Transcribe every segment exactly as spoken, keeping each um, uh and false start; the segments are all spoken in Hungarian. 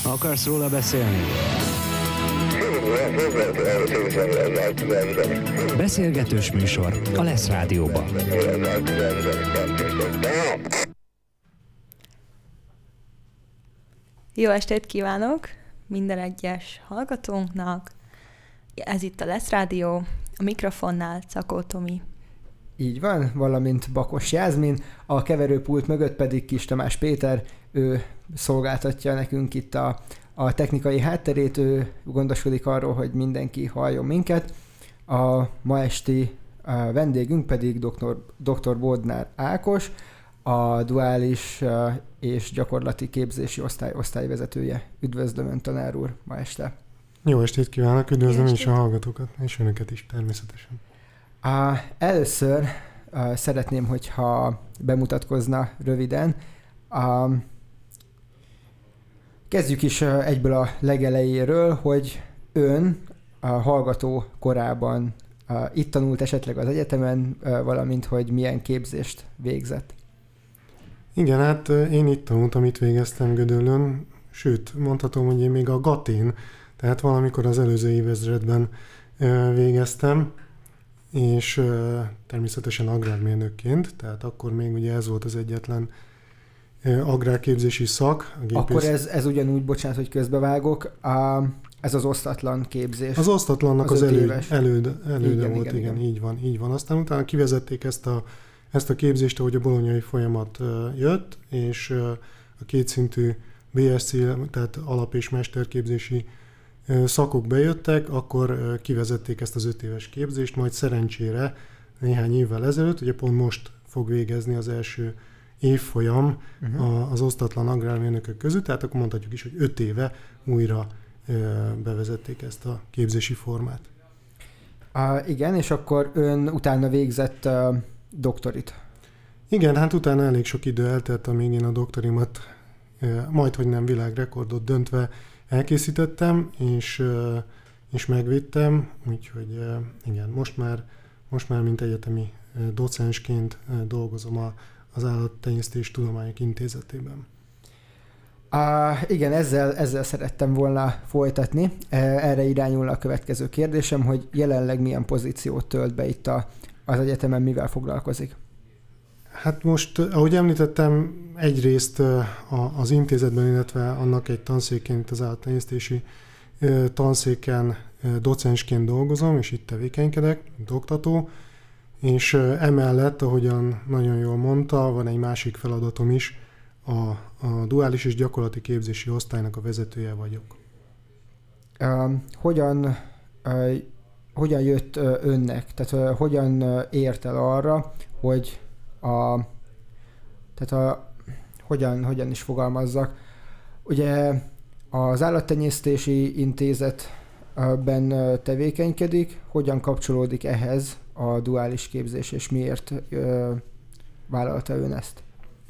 Akarsz róla beszélni? Beszélgetős műsor a Lesz Rádióban. Jó estét kívánok minden egyes hallgatónknak. Ez itt a Lesz Rádió, a mikrofonnál Czakó Tomi. Így van, valamint Bakos Jászmin, a keverőpult mögött pedig Kis Tamás Péter, ő szolgáltatja nekünk itt a, a technikai hátterét, ő gondoskodik arról, hogy mindenki halljon minket. A ma esti a vendégünk pedig doktor doktor Bodnár Ákos, a duális és gyakorlati képzési osztály osztályvezetője. Üdvözlöm Ön, tanár úr, ma este. Jó estét kívánok, üdvözlöm is a hallgatókat, és önöket is természetesen. Uh, először uh, szeretném, hogyha bemutatkozna röviden. Uh, kezdjük is uh, egyből a legelejéről, hogy ön a hallgató korában uh, itt tanult esetleg az egyetemen, uh, valamint hogy milyen képzést végzett. Igen, hát én itt tanultam, itt végeztem Gödöllőn, sőt, mondhatom, hogy én még a gatén, tehát valamikor az előző évezredben uh, végeztem, és uh, természetesen agrármérnökként, tehát akkor még ugye ez volt az egyetlen uh, agrárképzési szak. A gépész... Akkor ez, ez ugyanúgy, bocsánat, hogy közbevágok, a, ez az osztatlan képzés. Az osztatlannak az, az elő, előd, előde igen, volt, igen, igen, igen, így van, így van. Aztán utána kivezették ezt a, ezt a képzést, ahogy a bolonyai folyamat uh, jött, és uh, a kétszintű bé es cé, tehát alap- és mesterképzési szakok bejöttek, akkor kivezették ezt az öt éves képzést, majd szerencsére néhány évvel ezelőtt, ugye pont most fog végezni az első évfolyam uh-huh. az osztatlan agrármérnökök között, tehát akkor mondhatjuk is, hogy öt éve újra bevezették ezt a képzési formát. Uh, igen, és akkor ön utána végzett uh, doktorit. Igen, hát utána elég sok idő eltelt, amíg én a doktorimat uh, majdhogy nem világrekordot döntve elkészítettem, és, és megvédtem, úgyhogy igen, most már, most már mint egyetemi docensként dolgozom a, az Állattenyésztés Tudományok Intézetében. Uh, igen, ezzel, ezzel szerettem volna folytatni. Erre irányul a következő kérdésem, hogy jelenleg milyen pozíciót tölt be itt a, az egyetemen, mivel foglalkozik? Hát most, ahogy említettem, egyrészt az intézetben, illetve annak egy tanszékként, az állattenyésztési tanszéken docensként dolgozom, és itt tevékenykedek, mint oktató, és emellett, ahogyan nagyon jól mondta, van egy másik feladatom is, a, a duális és gyakorlati képzési osztálynak a vezetője vagyok. Uh, hogyan, uh, hogyan jött uh, önnek, tehát uh, hogyan uh, ért el arra, hogy A, tehát a, hogyan, hogyan is fogalmazzak. Ugye az Állattenyésztési Intézetben tevékenykedik, hogyan kapcsolódik ehhez a duális képzés, és miért ö, vállalta ön ezt?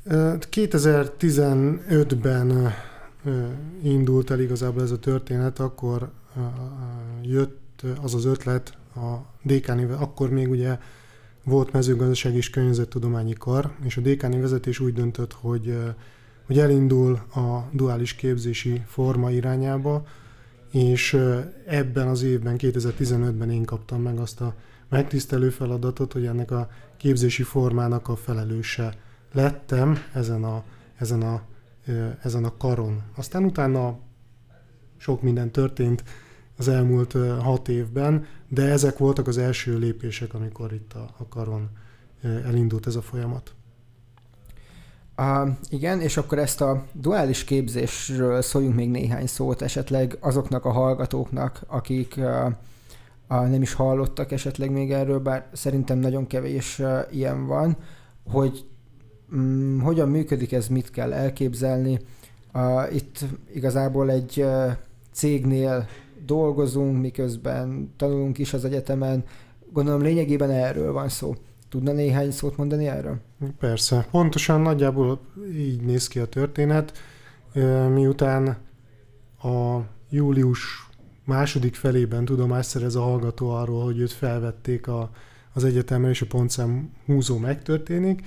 kétezer-tizenötben indult el igazából ez a történet, akkor jött az az ötlet a dékánével, akkor még ugye volt mezőgazdaság és környezettudományi kar, és a dékáni vezetés úgy döntött, hogy, hogy elindul a duális képzési forma irányába, és ebben az évben, kétezer-tizenötben én kaptam meg azt a megtisztelő feladatot, hogy ennek a képzési formának a felelőse lettem ezen a, ezen a, ezen a karon. Aztán utána sok minden történt az elmúlt hat évben, de ezek voltak az első lépések, amikor itt a, a karon elindult ez a folyamat. Uh, igen, és akkor ezt a duális képzésről szóljunk még néhány szót, esetleg azoknak a hallgatóknak, akik uh, uh, nem is hallottak esetleg még erről, bár szerintem nagyon kevés uh, ilyen van, hogy um, hogyan működik ez, mit kell elképzelni. Uh, itt igazából egy uh, cégnél dolgozunk, miközben tanulunk is az egyetemen. Gondolom lényegében erről van szó. Tudna néhány szót mondani erről? Persze. Pontosan nagyjából így néz ki a történet. Miután a július második felében tudomást szerez a hallgató arról, hogy őt felvették a, az egyetemre, és a pontszám húzó megtörténik,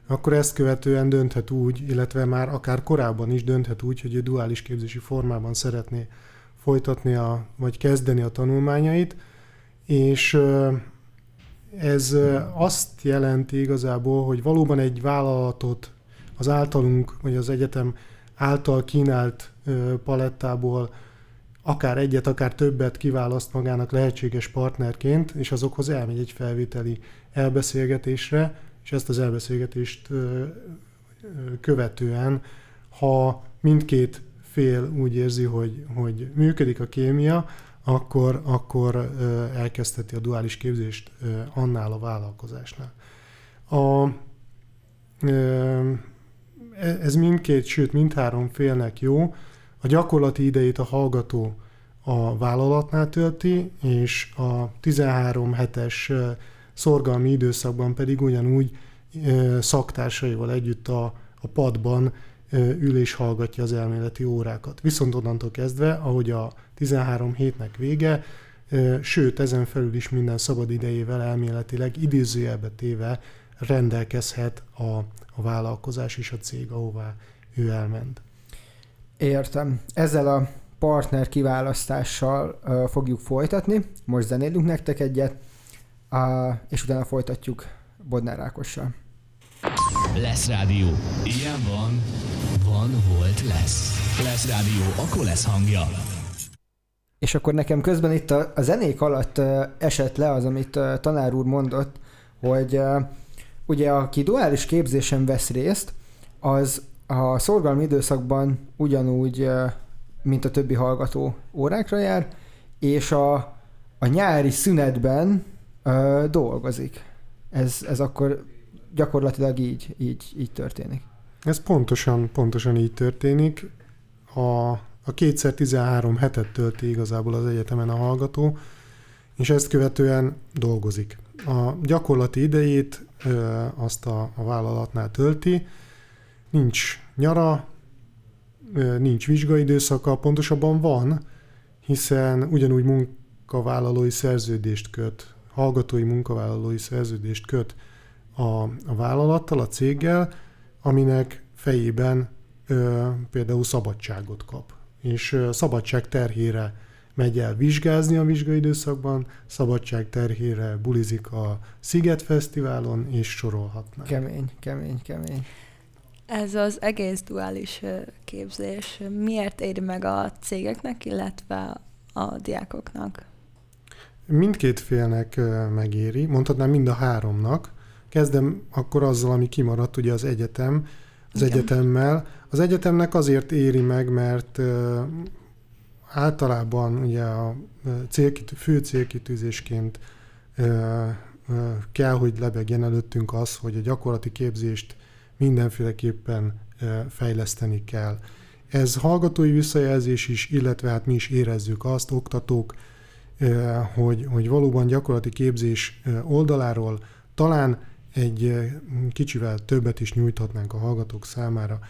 akkor ezt követően dönthet úgy, illetve már akár korábban is dönthet úgy, hogy ő duális képzési formában szeretné folytatni, a, vagy kezdeni a tanulmányait, és ez azt jelenti igazából, hogy valóban egy vállalatot az általunk, vagy az egyetem által kínált palettából akár egyet, akár többet kiválaszt magának lehetséges partnerként, és azokhoz elmegy egy felvételi elbeszélgetésre, és ezt az elbeszélgetést követően, ha mindkét fél úgy érzi, hogy, hogy működik a kémia, akkor, akkor elkezdheti a duális képzést annál a vállalkozásnál. A, ez mindkét, sőt mindhárom félnek jó. A gyakorlati idejét a hallgató a vállalatnál tölti, és a tizenhárom hetes szorgalmi időszakban pedig ugyanúgy szaktársaival együtt a, a padban ül és hallgatja az elméleti órákat. Viszont onnantól kezdve, ahogy a tizenhárom hétnek vége, sőt, ezen felül is minden szabad idejével elméletileg idézőjelbe téve rendelkezhet a, a vállalkozás és a cég, ahová ő elment. Értem. Ezzel a partner kiválasztással uh, fogjuk folytatni. Most zenélünk nektek egyet, uh, és utána folytatjuk Bodnár Ákossal. Lesz Rádió. Ilyen van, van, volt, lesz. Lesz Rádió, akkor lesz hangja. És akkor nekem közben itt a, a zenék alatt uh, esett le az, amit uh, tanár úr mondott, hogy uh, ugye aki duális képzésen vesz részt, az a szorgalmi időszakban ugyanúgy, uh, mint a többi hallgató órákra jár, és a, a nyári szünetben uh, dolgozik. Ez, ez akkor gyakorlatilag így, így, így történik. Ez pontosan, pontosan így történik. A, a kétszer tizenhárom hetet tölti igazából az egyetemen a hallgató, és ezt követően dolgozik. A gyakorlati idejét ö, azt a, a vállalatnál tölti, nincs nyara, ö, nincs vizsgaidőszaka, pontosabban van, hiszen ugyanúgy munkavállalói szerződést köt, hallgatói munkavállalói szerződést köt a, a vállalattal, a céggel, aminek fejében ö, például szabadságot kap. És ö, szabadság terhére megy el vizsgázni a vizsgaidőszakban, szabadság terhére bulizik a Sziget Fesztiválon, és sorolhatnánk. Kemény, kemény, kemény. Ez az egész duális képzés miért éri meg a cégeknek, illetve a diákoknak? Mindkét félnek megéri, mondhatnám mind a háromnak. Kezdem akkor azzal, ami kimaradt, ugye az egyetem, az Igen. egyetemmel. Az egyetemnek azért éri meg, mert uh, általában ugye a célkitű, fő célkitűzésként uh, uh, kell, hogy lebegjen előttünk az, hogy a gyakorlati képzést mindenféleképpen uh, fejleszteni kell. Ez hallgatói visszajelzés is, illetve hát mi is érezzük azt, oktatók, uh, hogy, hogy valóban gyakorlati képzés oldaláról talán egy kicsivel többet is nyújthatnánk a hallgatók számára.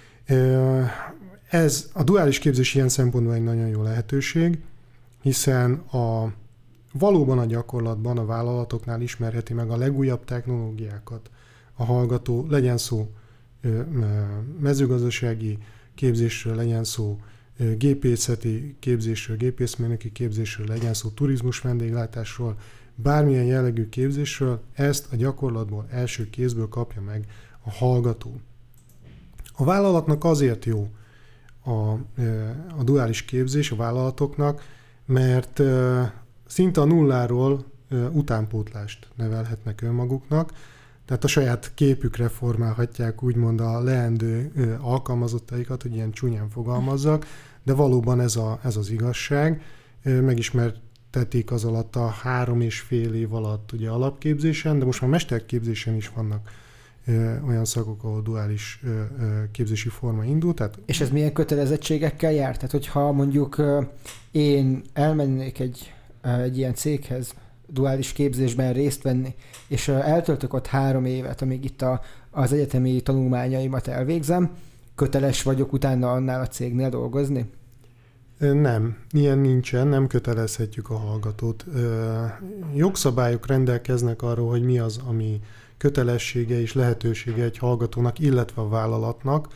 Ez a duális képzés ilyen szempontból egy nagyon jó lehetőség, hiszen a, valóban a gyakorlatban a vállalatoknál ismerheti meg a legújabb technológiákat a hallgató, legyen szó mezőgazdasági képzésről, legyen szó gépészeti képzésről, gépészmérnöki képzésről, legyen szó turizmus vendéglátásról, bármilyen jellegű képzésről, ezt a gyakorlatból első kézből kapja meg a hallgató. A vállalatnak azért jó a, a duális képzés a vállalatoknak, mert szinte a nulláról utánpótlást nevelhetnek önmaguknak, tehát a saját képükre formálhatják úgymond a leendő alkalmazottaikat, hogy ilyen csúnyán fogalmazzak, de valóban ez, a, ez az igazság. Megismertetik az alatt a három és fél év alatt ugye alapképzésen, de most már mesterképzésen is vannak ö, olyan szakok, ahol duális ö, ö, képzési forma indul. Tehát... És ez milyen kötelezettségekkel jár? Tehát, hogyha mondjuk ö, én elmennék egy, egy ilyen céghez, duális képzésben részt venni, és eltöltök ott három évet, amíg itt a, az egyetemi tanulmányaimat elvégzem, köteles vagyok utána annál a cégnél dolgozni? Nem, ilyen nincsen, nem kötelezhetjük a hallgatót. Jogszabályok rendelkeznek arról, hogy mi az, ami kötelessége és lehetősége egy hallgatónak, illetve a vállalatnak.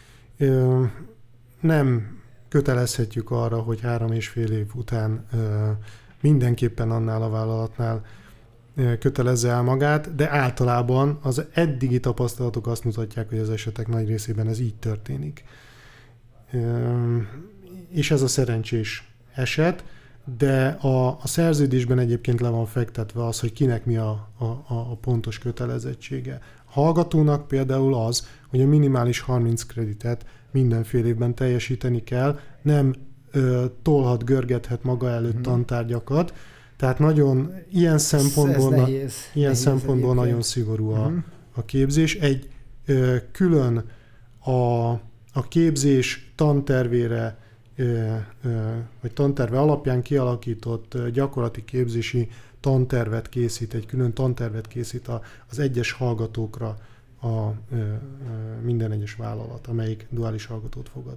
Nem kötelezhetjük arra, hogy három és fél év után mindenképpen annál a vállalatnál kötelezze el magát, de általában az eddigi tapasztalatok azt mutatják, hogy az esetek nagy részében ez így történik. És ez a szerencsés eset, de a, a szerződésben egyébként le van fektetve az, hogy kinek mi a, a, a pontos kötelezettsége. A hallgatónak például az, hogy a minimális harminc kreditet minden fél évben teljesíteni kell, nem ö, tolhat, görgethet maga előtt hmm. tantárgyakat, tehát nagyon ilyen szempontból, ez nehéz, ilyen nehéz szempontból egyébként. nagyon szigorú a, Hmm. a képzés. Egy ö, külön a, a képzés tantervére vagy tanterve alapján kialakított gyakorlati képzési tantervet készít, egy külön tantervet készít az egyes hallgatókra a minden egyes vállalat, amelyik duális hallgatót fogad.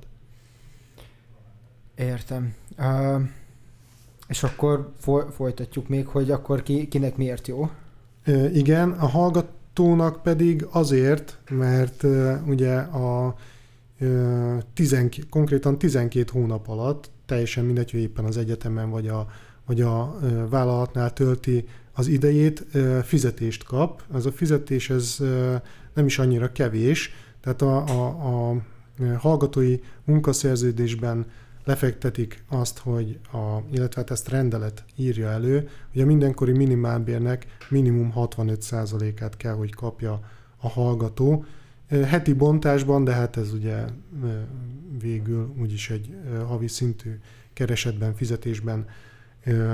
Értem. Uh, és akkor foly- folytatjuk még, hogy akkor ki, kinek miért jó? Uh, igen, a hallgatónak pedig azért, mert uh, ugye a tizenkét, konkrétan tizenkét hónap alatt, teljesen mindegy, hogy éppen az egyetemen vagy a, vagy a vállalatnál tölti az idejét, fizetést kap. Ez a fizetés ez nem is annyira kevés, tehát a, a, a hallgatói munkaszerződésben lefektetik azt, hogy a, illetve hát ezt rendelet írja elő, hogy a mindenkori minimálbérnek minimum hatvanöt százalékát kell, hogy kapja a hallgató. Heti bontásban, de hát ez ugye végül úgyis egy havi szintű keresetben, fizetésben ö, ö,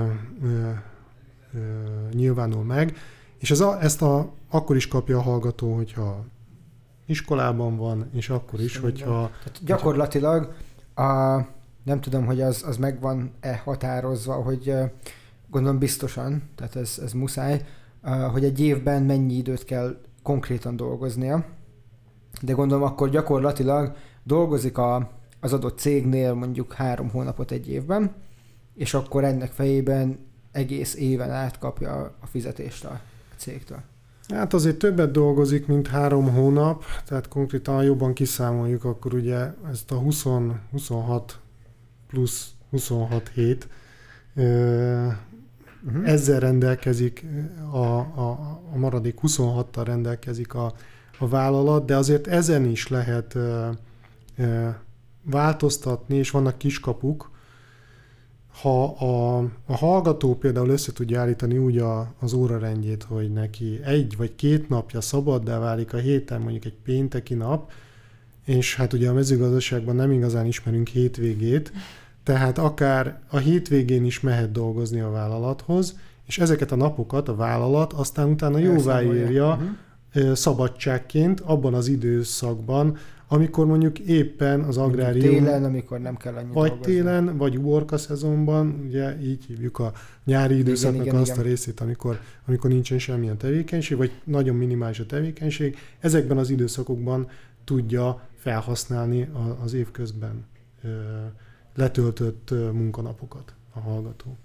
ö, nyilvánul meg. És ez a, ezt a, akkor is kapja a hallgató, hogyha iskolában van, és akkor is, hogyha... Tehát gyakorlatilag a, nem tudom, hogy az, az meg van-e határozva, hogy gondolom biztosan, tehát ez, ez muszáj, hogy egy évben mennyi időt kell konkrétan dolgoznia, de gondolom akkor gyakorlatilag dolgozik a, az adott cégnél mondjuk három hónapot egy évben, és akkor ennek fejében egész éven át kapja a fizetést a cégtől. Hát azért többet dolgozik, mint három hónap, tehát konkrétan jobban kiszámoljuk, akkor ugye ezt a húsz, huszonhat plusz huszonhat hét, uh-huh. ezzel rendelkezik, a, a, a maradék huszonhattal rendelkezik a a vállalat, de azért ezen is lehet ö, ö, változtatni, és vannak kiskapuk. Ha a, a hallgató például össze tudja állítani úgy a, az órarendjét, hogy neki egy vagy két napja szabaddá válik a héten, mondjuk egy pénteki nap, és hát ugye a mezőgazdaságban nem igazán ismerünk hétvégét, tehát akár a hétvégén is mehet dolgozni a vállalathoz, és ezeket a napokat a vállalat aztán utána jóváírja, uh-huh. szabadságként abban az időszakban, amikor mondjuk éppen az agrárium... Télen, amikor nem kell annyit Vagy dolgozni. télen, vagy uborka szezonban, ugye így hívjuk a nyári időszaknak igen, igen, azt igen. a részét, amikor, amikor nincsen semmilyen tevékenység, vagy nagyon minimális a tevékenység. Ezekben az időszakokban tudja felhasználni az évközben letöltött munkanapokat a hallgató.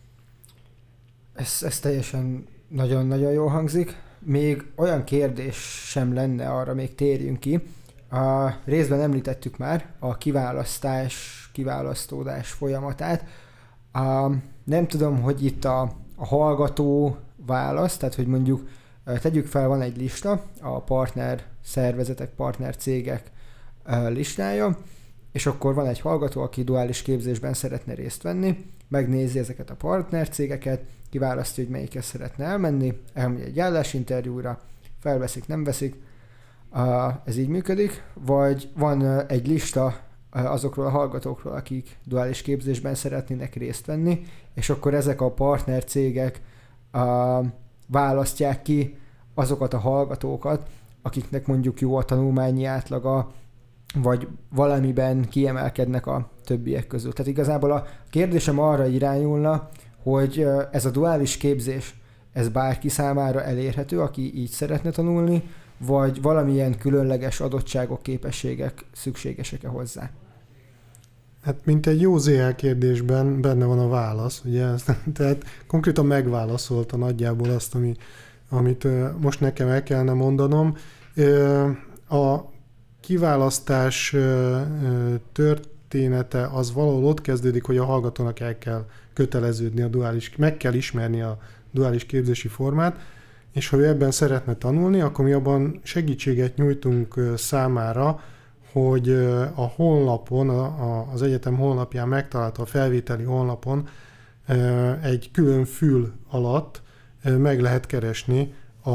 Ez, ez teljesen nagyon-nagyon jól hangzik. Még olyan kérdés sem lenne, arra még térjünk ki. A részben említettük már a kiválasztás, kiválasztódás folyamatát. A, nem tudom, hogy itt a, a hallgató választ, tehát hogy mondjuk tegyük fel, van egy lista, a partner szervezetek, partner cégek listája, és akkor van egy hallgató, aki duális képzésben szeretne részt venni, megnézi ezeket a partner cégeket, kiválasztja, hogy melyikhez szeretne elmenni, elmegy egy állásinterjúra, felveszik, nem veszik, ez így működik, vagy van egy lista azokról a hallgatókról, akik duális képzésben szeretnének részt venni, és akkor ezek a partner cégek választják ki azokat a hallgatókat, akiknek mondjuk jó a tanulmányi átlaga, vagy valamiben kiemelkednek a többiek közül. Tehát igazából a kérdésem arra irányulna, hogy ez a duális képzés, ez bárki számára elérhető, aki így szeretne tanulni, vagy valamilyen különleges adottságok, képességek szükségesek-e hozzá? Hát mint egy jó zé el kérdésben benne van a válasz, ugye? Tehát konkrétan megválaszolta nagyjából azt, ami, amit most nekem el kellene mondanom. A kiválasztás története az valahol ott kezdődik, hogy a hallgatónak el kell köteleződni a duális, meg kell ismerni a duális képzési formát, és ha ő ebben szeretne tanulni, akkor mi abban segítséget nyújtunk számára, hogy a honlapon, az egyetem honlapján megtalálható a felvételi honlapon egy külön fül alatt meg lehet keresni a,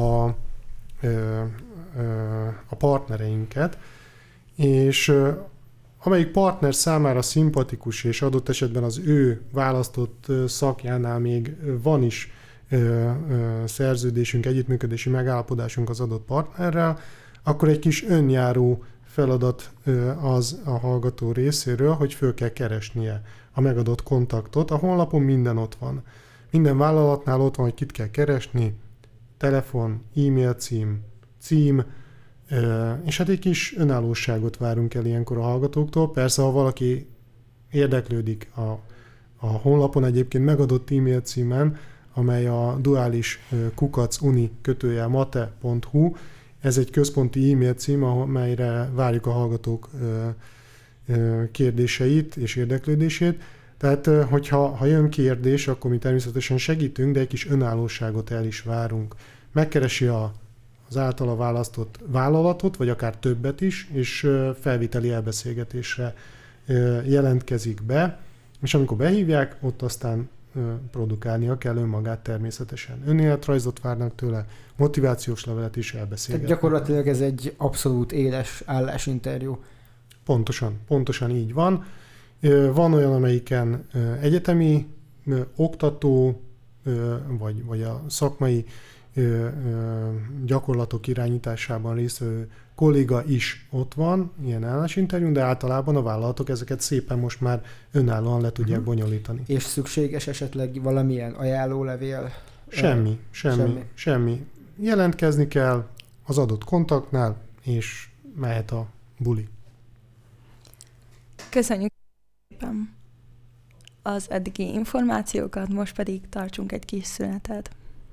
a partnereinket, és amelyik partner számára szimpatikus, és adott esetben az ő választott szakjánál még van is szerződésünk, együttműködési megállapodásunk az adott partnerrel, akkor egy kis önjáró feladat az a hallgató részéről, hogy föl kell keresnie a megadott kontaktot. A honlapon minden ott van. Minden vállalatnál ott van, hogy kit kell keresni, telefon, e-mail cím, cím, és hát egy kis önállóságot várunk el ilyenkor a hallgatóktól. Persze, ha valaki érdeklődik a, a honlapon egyébként megadott e-mail címen, amely a duális kukac uni kötőjel mate pont hu, ez egy központi e-mail cím, amelyre várjuk a hallgatók kérdéseit és érdeklődését. Tehát, hogyha ha jön kérdés, akkor mi természetesen segítünk, de egy kis önállóságot el is várunk. Megkeresi a, az általa választott vállalatot, vagy akár többet is, és felviteli elbeszélgetésre jelentkezik be, és amikor behívják, ott aztán produkálnia kell önmagát természetesen. Önéletrajzot várnak tőle, motivációs levelet is elbeszélgetnek. Tehát gyakorlatilag ez egy abszolút éles állásinterjú. Pontosan, pontosan így van. Van olyan, amelyiken egyetemi oktató, vagy, vagy a szakmai gyakorlatok irányításában résztvevő kolléga is ott van, ilyen állásinterjú, de általában a vállalatok ezeket szépen most már önállóan le tudják uh-huh. bonyolítani. És szükséges esetleg valamilyen ajánlólevél? Semmi, semmi, semmi, semmi. Jelentkezni kell az adott kontaktnál, és mehet a buli. Köszönjük szépen az eddigi információkat, most pedig tartsunk egy kis szünetet.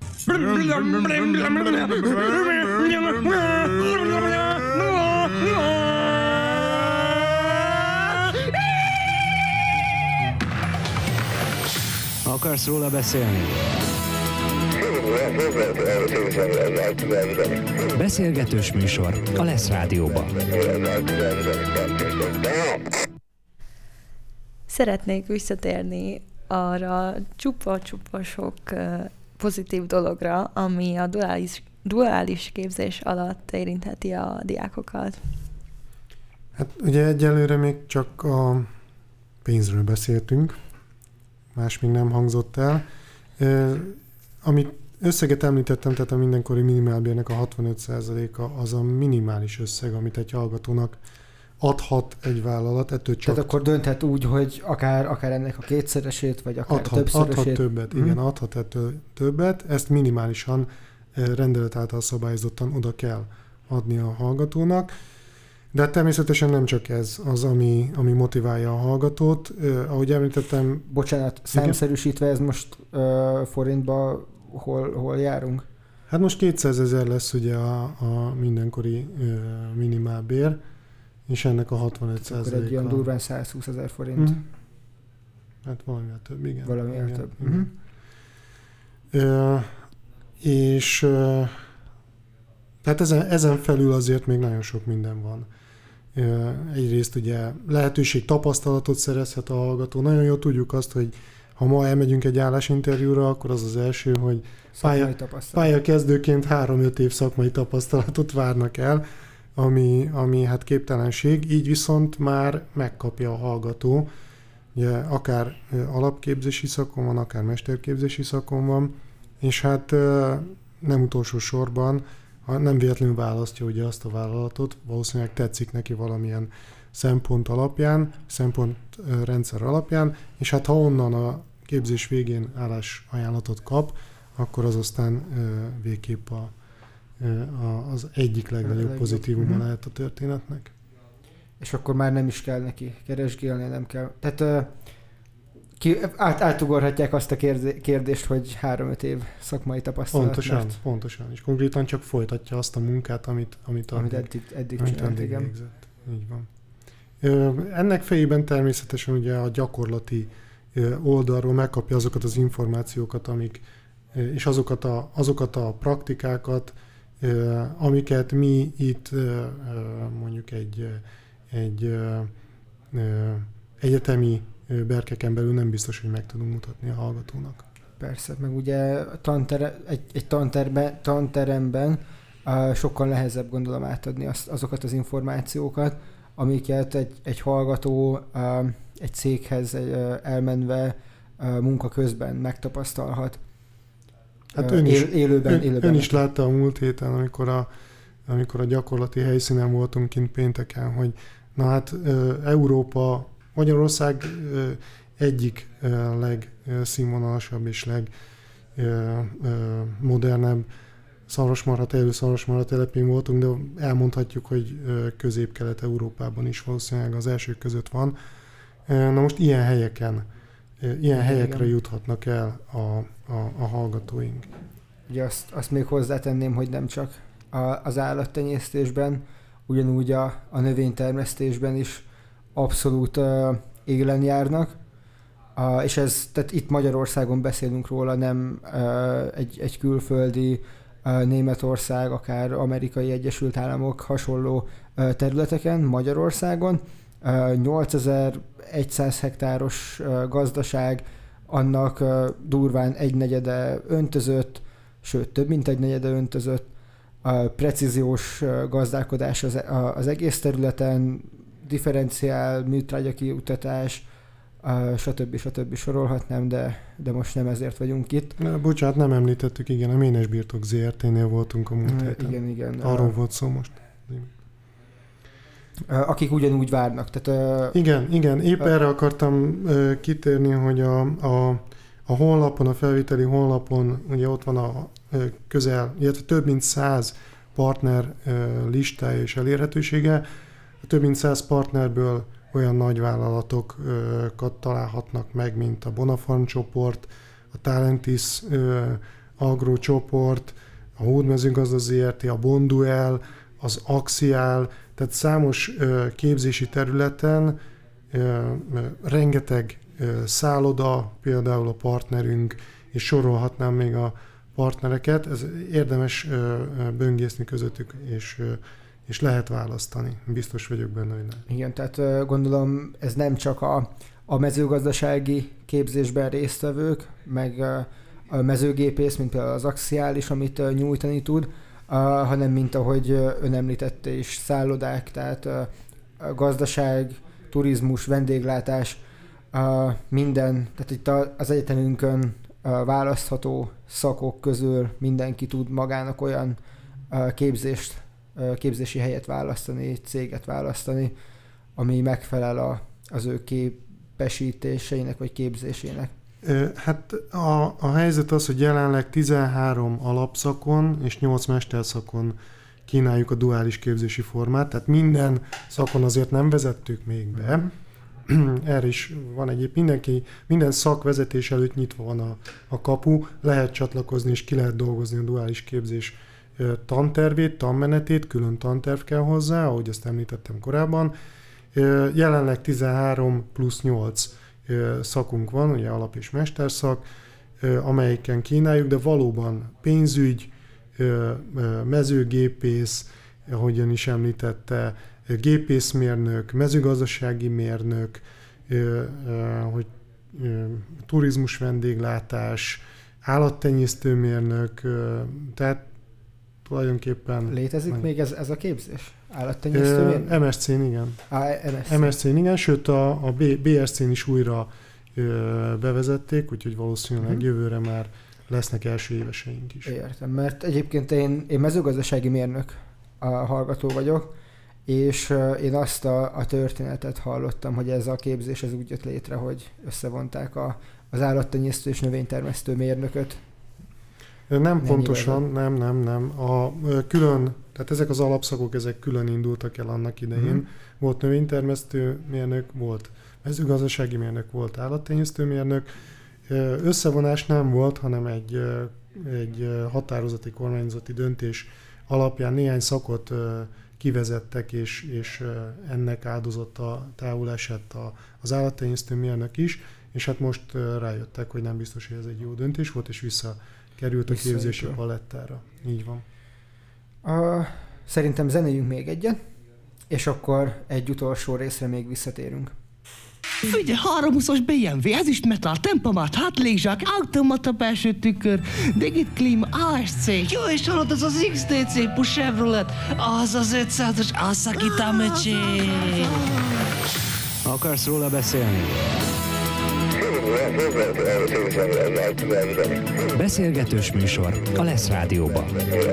Akarsz róla beszélni? Beszélgetős műsor a Lesz Rádióban. Szeretnék visszatérni arra csupa-csupa sok pozitív dologra, ami a duális, duális képzés alatt érintheti a diákokat. Hát ugye egyelőre még csak a pénzről beszéltünk, más még nem hangzott el. E, amit összeget említettem, tehát a mindenkori minimálbérnek a hatvanöt százaléka az a minimális összeg, amit egy hallgatónak adhat egy vállalat, ettől csak... Tehát akkor dönthet úgy, hogy akár, akár ennek a kétszeresét, vagy akár adhat, többszörösét. Adhat többet, mm. igen, adhat ettől többet. Ezt minimálisan rendelet által szabályozottan oda kell adni a hallgatónak. De természetesen nem csak ez az, ami, ami motiválja a hallgatót. Uh, ahogy említettem... Bocsánat, számszerűsítve ez most uh, forintba hol, hol járunk? Hát most kétszázezer lesz ugye a, a mindenkori uh, minimálbér, és ennek a hatvanöt százaléka. Akkor egy olyan durván százhúszezer forint. Mm. Hát valamivel több, igen. Valamivel igen, több. Igen. Mm-hmm. Uh, és uh, tehát ezen, ezen felül azért még nagyon sok minden van. Uh, egyrészt ugye lehetőség, tapasztalatot szerezhet a hallgató. Nagyon jól tudjuk azt, hogy ha ma elmegyünk egy állásinterjúra, akkor az az első, hogy pálya, pályakezdőként három-öt év szakmai tapasztalatot várnak el, ami, ami hát képtelenség, így viszont már megkapja a hallgató, ugye akár alapképzési szakon van, akár mesterképzési szakon van, és hát nem utolsó sorban nem véletlenül választja ugye azt a vállalatot, valószínűleg tetszik neki valamilyen szempont alapján, szempontrendszer alapján, és hát ha onnan a képzés végén állásajánlatot kap, akkor az aztán végképp a az egyik legnagyobb pozitívuma mm-hmm. lehet a történetnek. És akkor már nem is kell neki keresgélni, nem kell. Tehát ki, át, átugorhatják azt a kérdést, hogy három-öt év szakmai tapasztalat. Pontosan, mert... pontosan. És konkrétan csak folytatja azt a munkát, amit, amit, amit addig, eddig, eddig amit csinált, eddig igen. végzett. Így van. Ennek fejében természetesen ugye a gyakorlati oldalról megkapja azokat az információkat, amik, és azokat a, azokat a praktikákat, amiket mi itt mondjuk egy, egy egyetemi berkeken belül nem biztos, hogy meg tudunk mutatni a hallgatónak. Persze, meg ugye tantere, egy, egy tanterbe, tanteremben uh, sokkal nehezebb gondolom átadni azt, azokat az információkat, amiket egy, egy hallgató uh, egy céghez uh, elmenve uh, munka közben megtapasztalhat. Hát ön is, Él, élőben, ön, élőben ön is látta a múlt héten, amikor a, amikor a gyakorlati helyszínen voltunk kint pénteken, hogy na hát Európa, Magyarország egyik legszínvonalasabb és legmodernebb szarvasmarha tejlő szarvasmarha telepén voltunk, de elmondhatjuk, hogy Közép-Kelet-Európában is valószínűleg az elsők között van. Na most ilyen helyeken, ilyen helyekre juthatnak el a, a, a hallgatóink. Ugye azt, azt még hozzátenném, hogy nem csak a, az állattenyésztésben, ugyanúgy a, a növénytermesztésben is abszolút uh, élen járnak, uh, és ez, tehát itt Magyarországon beszélünk róla, nem uh, egy, egy külföldi uh, Németország, akár Amerikai Egyesült Államok hasonló uh, területeken, Magyarországon. Uh, nyolcezer-száz hektáros uh, gazdaság, annak uh, durván egynegyede öntözött, sőt több mint egynegyede öntözött, a precíziós gazdálkodás az, az egész területen, differenciál, műtrágya kiutatás, stb. stb. Sorolhatnám, de, de most nem ezért vagyunk itt. Na, bocsánat, nem említettük, igen, a Ménes Birtok zé er té-nél voltunk a múlt héten. Igen, igen. Arról uh, volt szó most. Akik ugyanúgy várnak. Tehát, uh, igen, igen, épp uh, erre akartam uh, kitérni, hogy a, a, a honlapon, a felvételi honlapon, ugye ott van a uh, közel, illetve több mint száz partner uh, listája és elérhetősége. A több mint száz partnerből olyan nagyvállalatokat találhatnak meg, mint a Bonafarm csoport, a Talentis uh, Agro csoport, a Hód Mezőgazda zé er té, a Bonduel, az Axial, tehát számos uh, képzési területen uh, rengeteg uh, szálloda, például a partnerünk, és sorolhatnám még a partnereket. Ez érdemes uh, böngészni közöttük, és, uh, és lehet választani. Biztos vagyok benne, hogy nem. Igen, tehát uh, gondolom ez nem csak a, a mezőgazdasági képzésben résztvevők, meg uh, a mezőgépész, mint például az Axial is, amit uh, nyújtani tud, Uh, hanem mint ahogy ön említette is, szállodák, tehát uh, gazdaság, turizmus, vendéglátás, uh, minden, tehát itt a, az egyetemünkön uh, választható szakok közül mindenki tud magának olyan uh, képzést, uh, képzési helyet választani, céget választani, ami megfelel a, az ő képesítéseinek vagy képzésének. Hát a, a helyzet az, hogy jelenleg tizenhárom alapszakon és nyolc mesterszakon kínáljuk a duális képzési formát, tehát minden szakon azért nem vezettük még be. Erre is van egyéb, mindenki, minden szakvezetés előtt nyitva van a, a kapu, lehet csatlakozni és ki lehet dolgozni a duális képzés tantervét, tanmenetét, külön tanterv kell hozzá, ahogy azt említettem korábban. Jelenleg tizenhárom plusz nyolc szakunk van, ugye alap- és mesterszak, amelyiken kínáljuk, de valóban pénzügy, mezőgépész, ahogyan is említette, gépészmérnök, mezőgazdasági mérnök, hogy turizmus vendéglátás, állattenyésztőmérnök, tehát tulajdonképpen... Létezik meg... még ez, ez a képzés? Állattenyésztőmérnök? em es cén, igen. Á, em es cén. em es cén, igen, sőt a, a bé es cén is újra ö, bevezették, úgyhogy valószínűleg uh-huh. jövőre már lesznek első éveseink is. Értem, mert egyébként én, én mezőgazdasági mérnök a hallgató vagyok, és uh, én azt a, a történetet hallottam, hogy ez a képzés ez úgy jött létre, hogy összevonták a, az állattenyésztő és növénytermesztő mérnököt. Nem, nem pontosan, nem, nem, nem. A külön, tehát ezek az alapszakok, ezek külön indultak el annak idején. Uh-huh. Volt növénytermesztő mérnök, volt mezőgazdasági mérnök, volt állattenyésztőmérnök. Összevonás nem volt, hanem egy, egy határozati kormányzati döntés alapján néhány szakot kivezettek, és, és ennek áldozott a távulását az állattenyésztőmérnök is, és hát most rájöttek, hogy nem biztos, hogy ez egy jó döntés volt, és visszakerült a képzési palettára. Így van. A, szerintem zenéljünk még egyet, és akkor egy utolsó részre még visszatérünk. Figyelj, háromhúszas bé em vé, ezüstmetál, tempomat, hátlégzsák, automata belső tükör, Digit Klíma, á es cé. Jó, és hallod, az az iksz té cé Chevrolet, az az ötszázas Asakita möcsé. Akarsz róla beszélni? Beszélgetős műsor a Lesz Rádióban.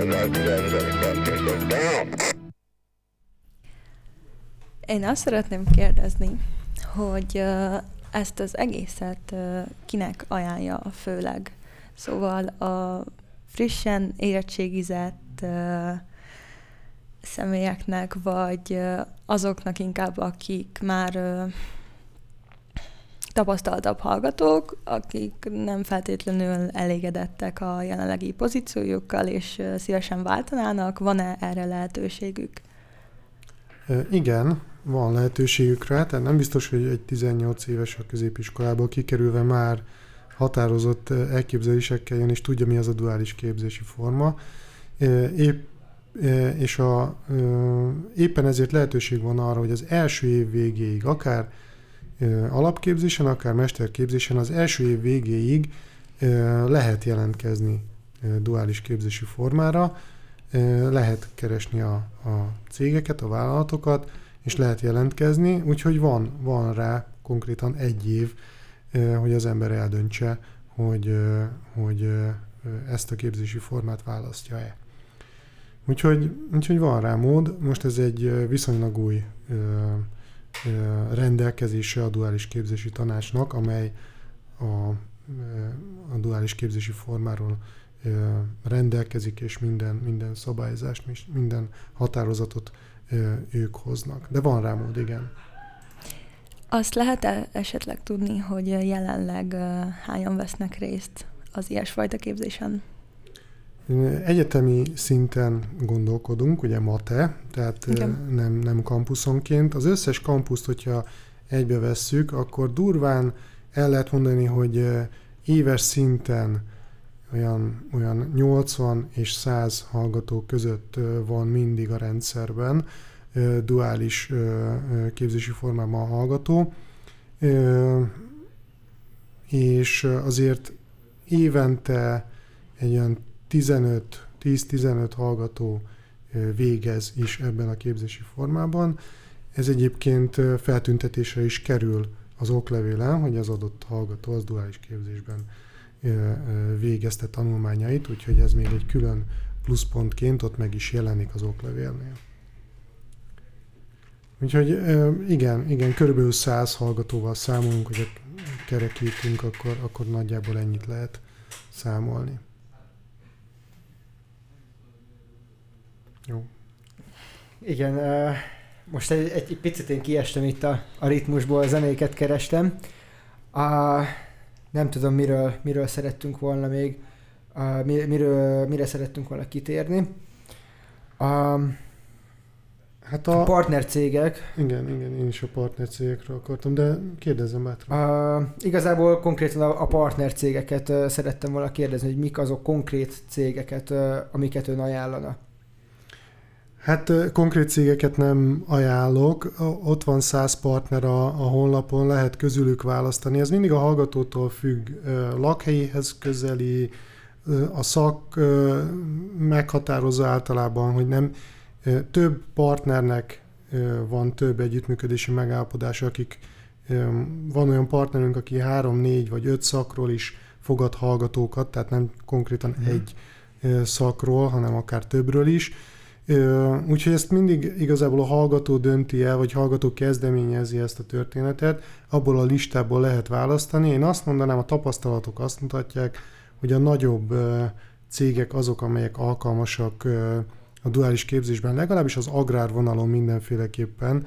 Én azt szeretném kérdezni, hogy ezt az egészet kinek ajánlja főleg? Szóval a frissen érettségizett személyeknek, vagy azoknak inkább, akik már tapasztaltabb hallgatók, akik nem feltétlenül elégedettek a jelenlegi pozíciójukkal, és szívesen váltanának, van-e erre lehetőségük? Igen, van lehetőségük rá, tehát nem biztos, hogy egy tizennyolc éves a középiskolából kikerülve már határozott elképzelésekkel jön, és tudja, mi az a duális képzési forma. Épp, és a, éppen ezért lehetőség van arra, hogy az első év végéig, akár alapképzésen, akár mesterképzésen, az első év végéig lehet jelentkezni duális képzési formára, lehet keresni a, a cégeket, a vállalatokat, és lehet jelentkezni, úgyhogy van, van rá konkrétan egy év, hogy az ember eldöntse, hogy, hogy ezt a képzési formát választja-e. Úgyhogy, úgyhogy van rá mód, most ez egy viszonylag új rendelkezése a duális képzési tanácsnak, amely a, a duális képzési formáról rendelkezik, és minden, minden szabályozást, minden határozatot ők hoznak. De van rá mód, igen. Azt lehet esetleg tudni, hogy jelenleg hányan vesznek részt az ilyesfajta képzésen? Egyetemi szinten gondolkodunk, ugye MATE, tehát nem, nem kampuszonként. Az összes kampuszt, hogyha egybe vesszük, akkor durván el lehet mondani, hogy éves szinten olyan, olyan nyolcvan és száz hallgató között van mindig a rendszerben duális képzési formában hallgató, és azért évente egy olyan tizenöt, tíz-tizenöt hallgató végez is ebben a képzési formában. Ez egyébként feltüntetésre is kerül az oklevélen, hogy az adott hallgató az duális képzésben végezte tanulmányait, úgyhogy ez még egy külön pluszpontként ott meg is jelenik az oklevélnél. Úgyhogy igen, igen, körülbelül száz hallgatóval számolunk, hogy kerekítünk, akkor, akkor nagyjából ennyit lehet számolni. Jó. Igen, most egy, egy picit én kiestem itt a, a ritmusból, a zenéket kerestem. A, nem tudom, miről, miről szerettünk volna még, a, miről, mire szerettünk volna kitérni. A, hát a partnercégek. Igen, igen, én is a partnercégekről akartam, de kérdezzem bátran. A, igazából konkrétan a, a partnercégeket uh, szerettem volna kérdezni, hogy mik azok konkrét cégeket, uh, amiket ön ajánlana. Hát konkrét cégeket nem ajánlok, ott van száz partner a, a honlapon, lehet közülük választani. Ez mindig a hallgatótól függ, lakhelyéhez közeli, a szak meghatározza általában, hogy nem több partnernek van több együttműködési megállapodása, akik van olyan partnerünk, aki három, négy vagy öt szakról is fogad hallgatókat, tehát nem konkrétan hmm. egy szakról, hanem akár többről is. Úgyhogy ezt mindig igazából a hallgató dönti el, vagy hallgató kezdeményezi ezt a történetet, abból a listából lehet választani. Én azt mondanám, a tapasztalatok azt mutatják, hogy a nagyobb cégek azok, amelyek alkalmasak a duális képzésben, legalábbis az agrárvonalon mindenféleképpen,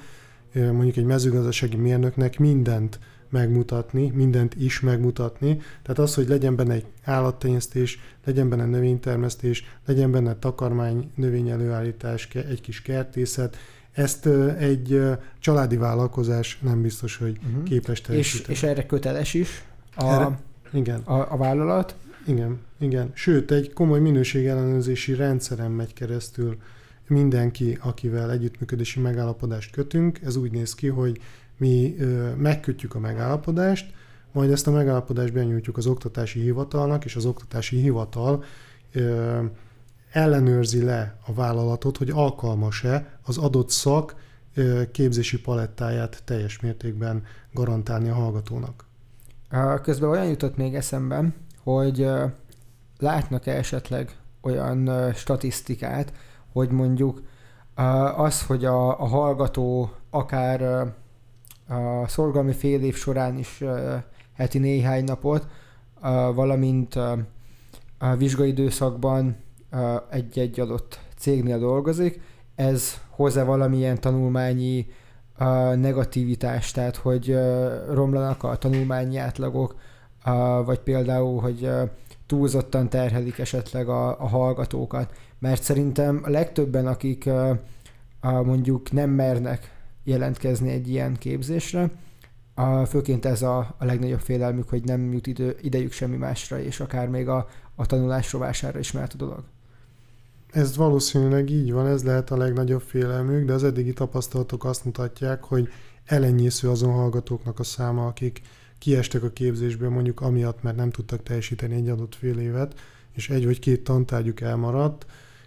mondjuk egy mezőgazdasági mérnöknek mindent megmutatni, mindent is megmutatni. Tehát az, hogy legyen benne egy állattenyésztés, legyen benne növénytermesztés, legyen benne takarmány, növényelőállítás, egy kis kertészet, ezt egy családi vállalkozás nem biztos, hogy uh-huh. képes teljesíteni. És, és erre köteles is a, erre, igen. a, a vállalat? Igen, igen. Sőt, egy komoly minőségellenőrzési rendszeren megy keresztül mindenki, akivel együttműködési megállapodást kötünk. Ez úgy néz ki, hogy mi ö, megkötjük a megállapodást, majd ezt a megállapodást benyújtjuk az oktatási hivatalnak, és az oktatási hivatal ö, ellenőrzi le a vállalatot, hogy alkalmas-e az adott szak ö, képzési palettáját teljes mértékben garantálni a hallgatónak. Közben olyan jutott még eszembe, hogy ö, látnak-e esetleg olyan ö, statisztikát, hogy mondjuk ö, az, hogy a, a hallgató akár ö, a szorgalmi fél év során is uh, heti néhány napot, uh, valamint uh, a vizsgai időszakban uh, egy-egy adott cégnél dolgozik, ez hozzá valamilyen tanulmányi uh, negativitást, tehát hogy uh, romlanak a tanulmányi átlagok, uh, vagy például, hogy uh, túlzottan terhelik esetleg a, a hallgatókat, mert szerintem a legtöbben, akik uh, uh, mondjuk nem mernek jelentkezni egy ilyen képzésre. A, főként ez a, a legnagyobb félelmük, hogy nem jut idő, idejük semmi másra, és akár még a, a tanulás rovására is mehet a dolog. Ez valószínűleg így van, ez lehet a legnagyobb félelmük, de az eddigi tapasztalatok azt mutatják, hogy elenyésző azon hallgatóknak a száma, akik kiestek a képzésből mondjuk amiatt, mert nem tudtak teljesíteni egy adott fél évet, és egy vagy két tantárgyuk elmaradt.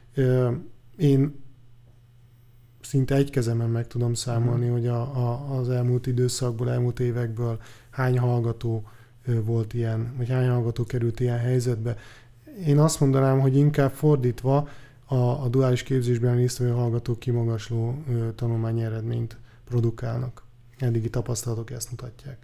Én szinte egy kezemen meg tudom számolni, hogy a, a, az elmúlt időszakból, elmúlt évekből hány hallgató volt ilyen, vagy hány hallgató került ilyen helyzetbe. Én azt mondanám, hogy inkább fordítva a, a duális képzésben résztvevő hallgatók kimagasló ö, tanulmányi eredményt produkálnak. Eddigi tapasztalatok ezt mutatják.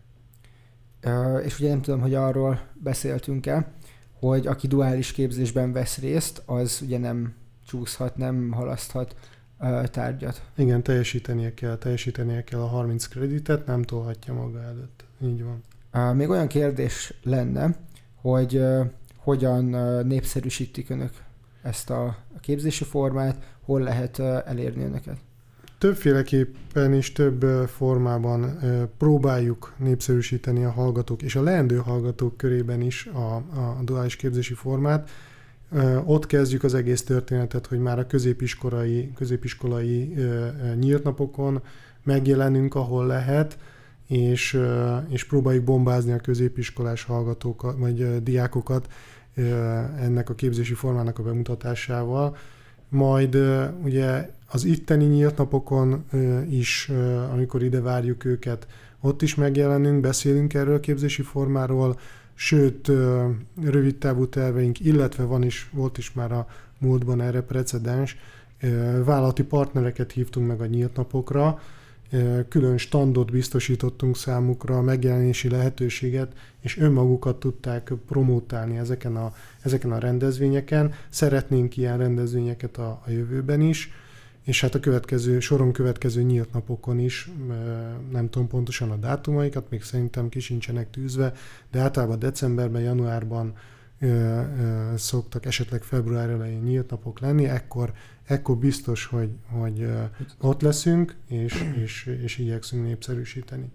Ö, és ugye nem tudom, hogy arról beszéltünk-e, hogy aki duális képzésben vesz részt, az ugye nem csúszhat, nem halaszthat tárgyat. Igen, teljesítenie kell, teljesítenie kell a harminc kreditet, nem tolhatja maga előtt. Így van. Még olyan kérdés lenne, hogy uh, hogyan uh, népszerűsítik önök ezt a képzési formát, hol lehet uh, elérni önöket? Többféleképpen és több uh, formában uh, próbáljuk népszerűsíteni a hallgatók és a leendő hallgatók körében is a, a duális képzési formát. Ott kezdjük az egész történetet, hogy már a középiskolai, középiskolai nyílt napokon megjelenünk, ahol lehet, és, és próbáljuk bombázni a középiskolás hallgatókat, vagy diákokat ennek a képzési formának a bemutatásával. Majd ugye az itteni nyílt napokon is, amikor ide várjuk őket, ott is megjelenünk, beszélünk erről a képzési formáról, sőt, rövid távú terveink, illetve van is, volt is már a múltban erre precedens, vállalati partnereket hívtunk meg a nyílt napokra, külön standot biztosítottunk számukra, megjelenési lehetőséget, és önmagukat tudták promótálni ezeken a, ezeken a rendezvényeken. Szeretnénk ilyen rendezvényeket a, a jövőben is, és hát a következő, soron következő nyílt napokon is, nem tudom pontosan a dátumaikat, még szerintem ki sincsenek tűzve, de általában decemberben, januárban ö, ö, szoktak esetleg február elején nyílt napok lenni, ekkor, ekkor biztos, hogy, hogy ö, ott leszünk, és, és, és igyekszünk népszerűsíteni.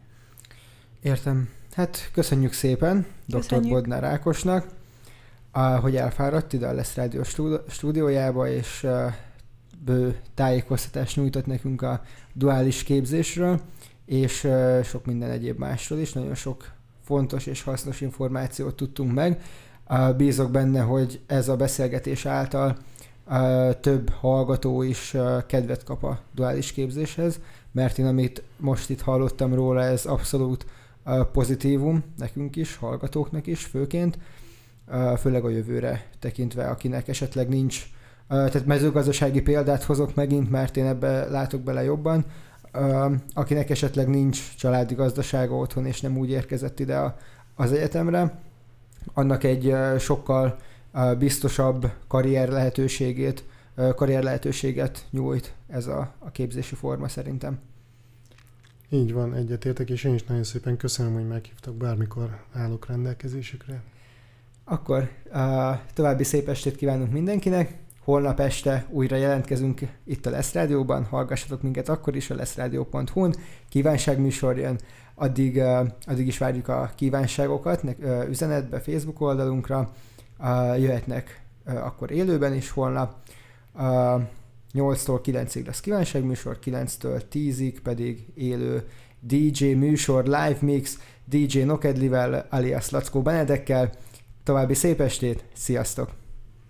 Értem. Hát köszönjük szépen doktor Bodnár Ákosnak, hogy elfáradt ide a Lesz Rádió stúdiójába, és bő tájékoztatást nyújtott nekünk a duális képzésről, és sok minden egyéb másról is. Nagyon sok fontos és hasznos információt tudtunk meg. Bízok benne, hogy ez a beszélgetés által több hallgató is kedvet kap a duális képzéshez, mert én amit most itt hallottam róla, ez abszolút pozitívum nekünk is, hallgatóknak is főként, főleg a jövőre tekintve, akinek esetleg nincs, tehát mezőgazdasági példát hozok megint, mert én ebbe látok bele jobban, akinek esetleg nincs családi gazdasága otthon, és nem úgy érkezett ide az egyetemre, annak egy sokkal biztosabb karrier lehetőségét, karrier lehetőséget nyújt ez a, a képzési forma szerintem. Így van, egyetértek, és én is nagyon szépen köszönöm, hogy meghívtak, bármikor állok rendelkezésükre. Akkor uh, további szép estét kívánunk mindenkinek. Holnap este újra jelentkezünk itt a Lesz Rádióban, hallgassatok minket akkor is a leszradio pont hu-n, kívánságműsor jön, addig, uh, addig is várjuk a kívánságokat uh, üzenetbe, Facebook oldalunkra, uh, jöhetnek uh, akkor élőben is holnap, uh, nyolctól kilencig lesz kívánságműsor, kilenctől tízig pedig élő dé dzsé műsor, live mix, dé dzsé Nokedlivel alias Lackó Benedekkel. További szép estét, sziasztok!